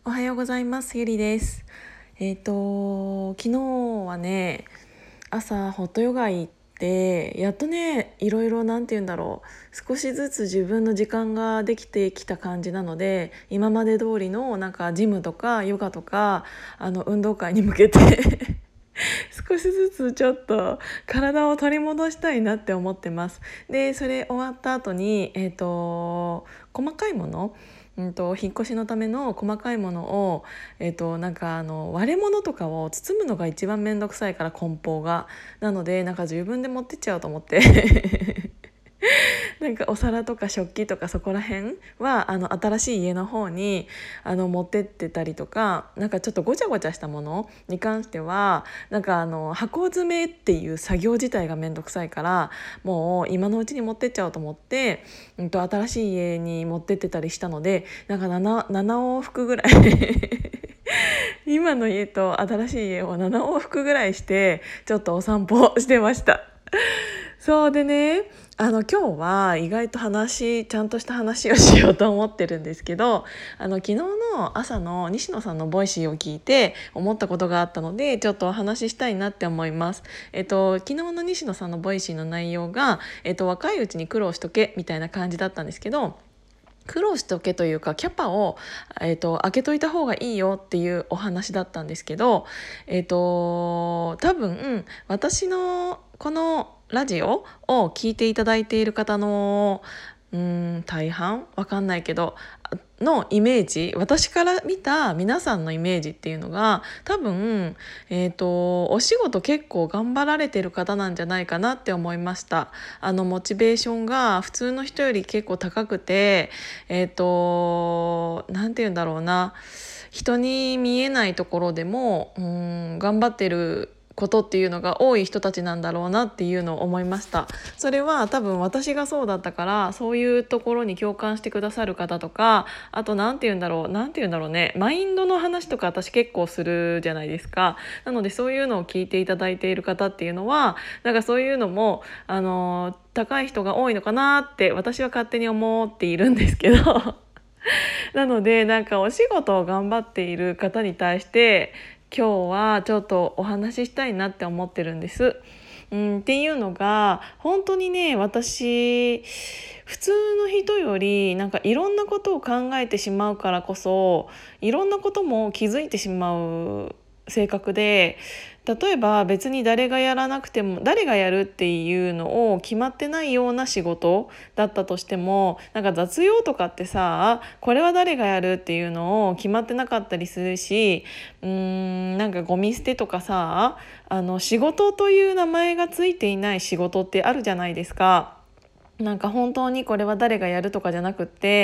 おはようございます。ゆりです。昨日はね、朝ホットヨガ行ってやっとね、いろいろなんて言うんだろう、少しずつ自分の時間ができてきた感じなので、今まで通りのなんかジムとかヨガとか運動会に向けて少しずつちょっと体を取り戻したいなって思ってます。でそれ終わった後に、細かいもの、引っ越しのための細かいものを、なんか割れ物とかを包むのが一番めんどくさいから、梱包が。なのでなんか自分で持ってっちゃおうと思ってなんかお皿とか食器とかそこら辺は新しい家の方に持ってってたりとか、なんかちょっとごちゃごちゃしたものに関してはなんか箱詰めっていう作業自体がめんどくさいから、もう今のうちに持ってっちゃおうと思って、新しい家に持ってってたりしたので、なんか7往復ぐらい今の家と新しい家を7往復ぐらいしてちょっとお散歩してました。そうでね、今日は意外とちゃんとした話をしようと思ってるんですけど、昨日の朝の西野さんのボイシーを聞いて思ったことがあったので、ちょっとお話ししたいなって思います。昨日の西野さんのボイシーの内容が、若いうちに苦労しとけみたいな感じだったんですけど、苦労しとけというかキャパを、開けといた方がいいよっていうお話だったんですけど、多分私のこのラジオを聞いていただいている方の大半わかんないけどのイメージ、私から見た皆さんのイメージっていうのが多分、お仕事結構頑張られてる方なんじゃないかなって思いました。モチベーションが普通の人より結構高くて、なんて言うんだろうな、人に見えないところでも頑張ってることっていうのが多い人たちなんだろうなっていうのを思いました。それは多分私がそうだったから、そういうところに共感してくださる方とか、あとなんて言うんだろうね、マインドの話とか私結構するじゃないですか。なのでそういうのを聞いていただいている方っていうのは、なんかそういうのも高い人が多いのかなって私は勝手に思っているんですけどなのでなんかお仕事を頑張っている方に対して今日はちょっとお話ししたいなって思ってるんです。っていうのが本当にね、私普通の人よりなんかいろんなことを考えてしまうからこそ、いろんなことも気づいてしまう性格で、例えば別に誰がやらなくても、誰がやるっていうのを決まってないような仕事だったとしても、なんか雑用とかってさ、これは誰がやるっていうのを決まってなかったりするし、なんかゴミ捨てとかさ、仕事という名前がついていない仕事ってあるじゃないですか。なんか本当にこれは誰がやるとかじゃなくって、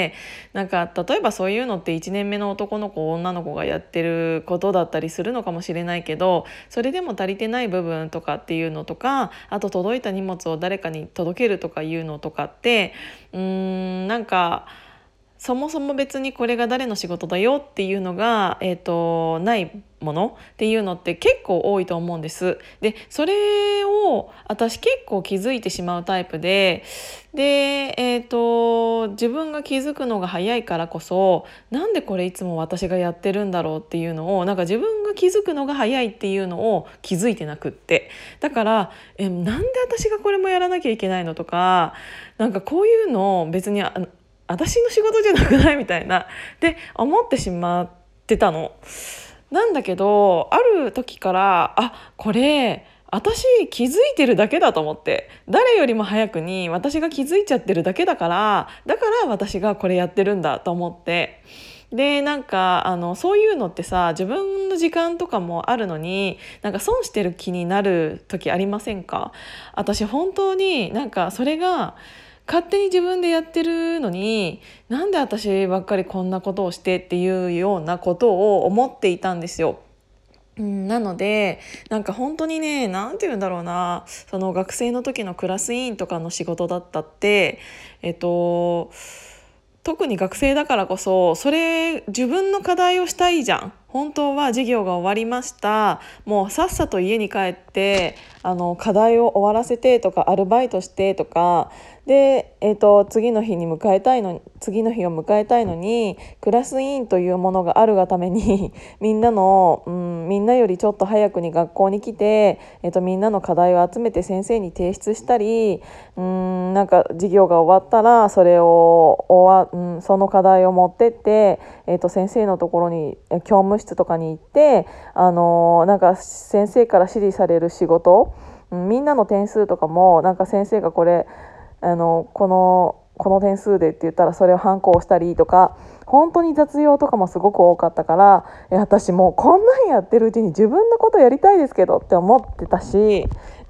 なんか例えばそういうのって1年目の男の子女の子がやってることだったりするのかもしれないけど、それでも足りてない部分とかっていうのとか、あと届いた荷物を誰かに届けるとかいうのとかって、なんかそもそも別にこれが誰の仕事だよっていうのが、ないものっていうのって結構多いと思うんです。でそれを私結構気づいてしまうタイプで、自分が気づくのが早いからこそ、なんでこれいつも私がやってるんだろうっていうのを、なんか自分が気づくのが早いっていうのを気づいてなくって、だからなんで私がこれもやらなきゃいけないのとか、なんかこういうの別に私の仕事じゃなくないみたいなって思ってしまってたの。なんだけどある時から、これ私気づいてるだけだと思って、誰よりも早くに私が気づいちゃってるだけだから私がこれやってるんだと思って、でなんかそういうのってさ、自分の時間とかもあるのになんか損してる気になる時ありませんか？私本当になんかそれが勝手に自分でやってるのに、なんで私ばっかりこんなことをしてっていうようなことを思っていたんですよ。なのでなんか本当にね、なんて言うんだろうな、その学生の時のクラス委員とかの仕事だったって、特に学生だからこそそれ自分の課題をしたいじゃん本当は授業が終わりました、もうさっさと家に帰って課題を終わらせてとかアルバイトしてとかで、次の日を迎えたいのにクラス委員というものがあるがためにみんなよりちょっと早くに学校に来て、みんなの課題を集めて先生に提出したり、なんか授業が終わったらその課題を持ってって、先生のところに教務室とかに行って、なんか先生から指示される仕事、みんなの点数とかもなんか先生がこの点数でって言ったらそれを反抗したりとか、本当に雑用とかもすごく多かったから、私もうこんなんやってるうちに自分のことやりたいですけどって思ってたし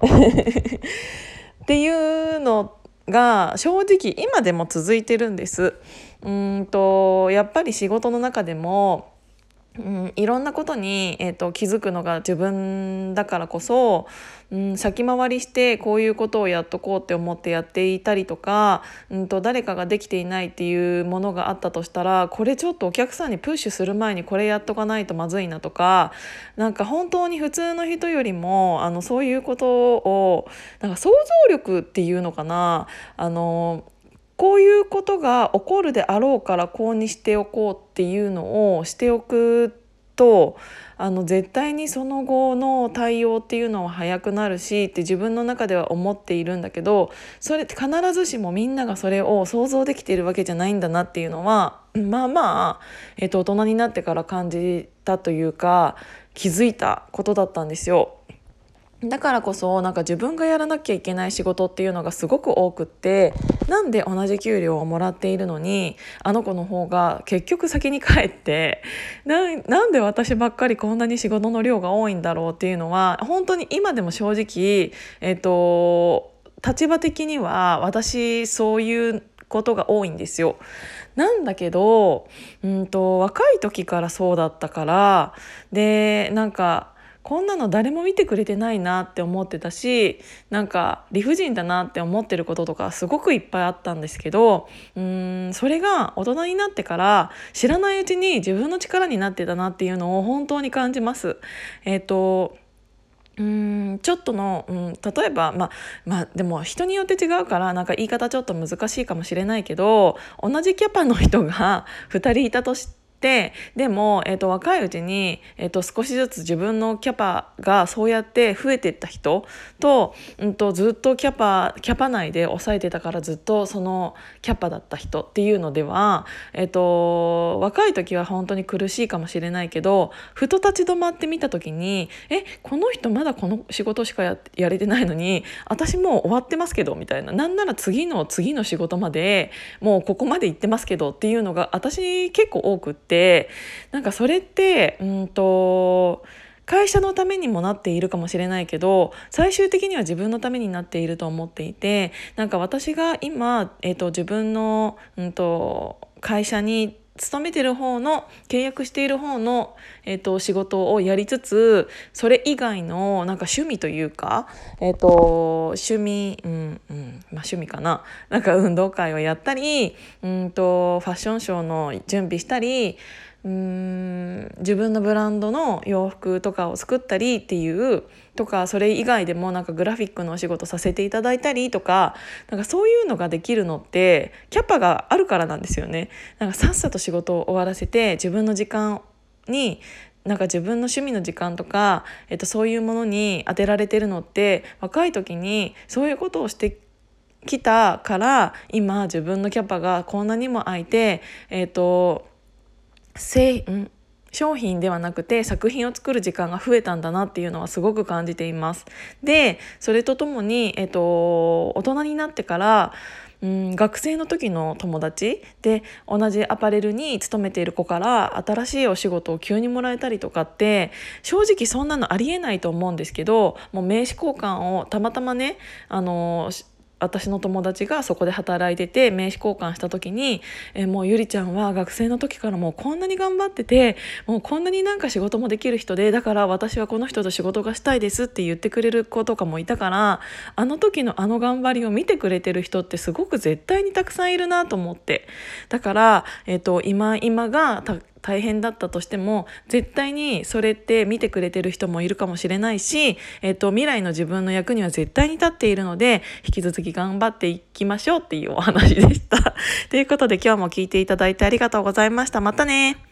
っていうのが正直今でも続いてるんです。やっぱり仕事の中でもいろんなことに、気づくのが自分だからこそ、先回りしてこういうことをやっとこうって思ってやっていたりとか、誰かができていないっていうものがあったとしたら、これちょっとお客さんにプッシュする前にこれやっとかないとまずいなとか、なんか本当に普通の人よりもそういうことをなんか想像力っていうのかな、こういうことが起こるであろうからこうにしておこうっていうのをしておくと絶対にその後の対応っていうのは早くなるしって自分の中では思っているんだけど、それって必ずしもみんながそれを想像できているわけじゃないんだなっていうのは大人になってから感じたというか気づいたことだったんですよ。だからこそなんか自分がやらなきゃいけない仕事っていうのがすごく多くって、なんで同じ給料をもらっているのにあの子の方が結局先に帰ってなんで私ばっかりこんなに仕事の量が多いんだろうっていうのは本当に今でも正直、立場的には私そういうことが多いんですよ。なんだけど、若い時からそうだったからで、なんかこんなの誰も見てくれてないなって思ってたし、なんか理不尽だなって思ってることとかすごくいっぱいあったんですけど、それが大人になってから知らないうちに自分の力になってたなっていうのを本当に感じます。ちょっとの、例えばでも人によって違うからなんか言い方ちょっと難しいかもしれないけど、同じキャパの人が2人いたとしてでも、若いうちに、少しずつ自分のキャパがそうやって増えていった人と、ずっとキャパ内で抑えてたからずっとそのキャパだった人っていうのでは、若い時は本当に苦しいかもしれないけど、ふと立ち止まってみた時にこの人まだこの仕事しかやれてないのに私もう終わってますけどみたいな、なんなら次の仕事までもうここまで行ってますけどっていうのが私結構多くって、なんかそれって会社のためにもなっているかもしれないけど最終的には自分のためになっていると思っていて、なんか私が今、自分の、会社に勤めてる方の契約している方の、仕事をやりつつ、それ以外のなんか趣味というか、趣味、趣味かな、なんか運動会をやったり、ファッションショーの準備したり、自分のブランドの洋服とかを作ったりっていうとか、それ以外でもなんかグラフィックのお仕事させていただいたりとか、なんかそういうのができるのってキャパがあるからなんですよね。なんかさっさと仕事を終わらせて自分の時間になんか自分の趣味の時間とか、そういうものに当てられてるのって若い時にそういうことをしてきたから、今自分のキャパがこんなにも空いて、商品ではなくて作品を作る時間が増えたんだなっていうのはすごく感じています。でそれとともに、大人になってから学生の時の友達で同じアパレルに勤めている子から新しいお仕事を急にもらえたりとかって正直そんなのありえないと思うんですけど、もう名刺交換をたまたまね、私の友達がそこで働いてて名刺交換した時に、もうゆりちゃんは学生の時からもうこんなに頑張ってて、もうこんなになんか仕事もできる人で、だから私はこの人と仕事がしたいですって言ってくれる子とかもいたから、あの時のあの頑張りを見てくれてる人ってすごく絶対にたくさんいるなと思って、だから、今が大変だったとしても、絶対にそれって見てくれてる人もいるかもしれないし、未来の自分の役には絶対に立っているので、引き続き頑張っていきましょうっていうお話でしたということで、今日も聞いていただいてありがとうございました。またね。